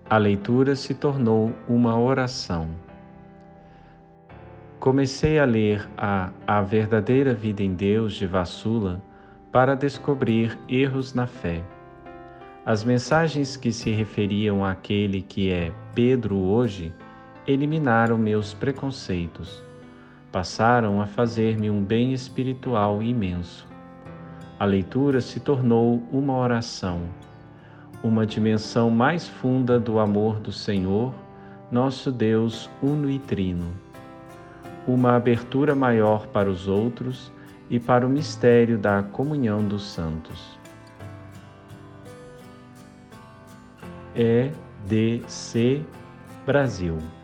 A leitura se tornou uma oração. Comecei a ler a Verdadeira Vida em Deus de Vassula para descobrir erros na fé. As mensagens que se referiam àquele que é Pedro hoje eliminaram meus preconceitos. Passaram a fazer-me um bem espiritual imenso. A leitura se tornou uma oração, uma dimensão mais funda do amor do Senhor, nosso Deus uno e trino, uma abertura maior para os outros e para o mistério da comunhão dos santos. EDC Brasil.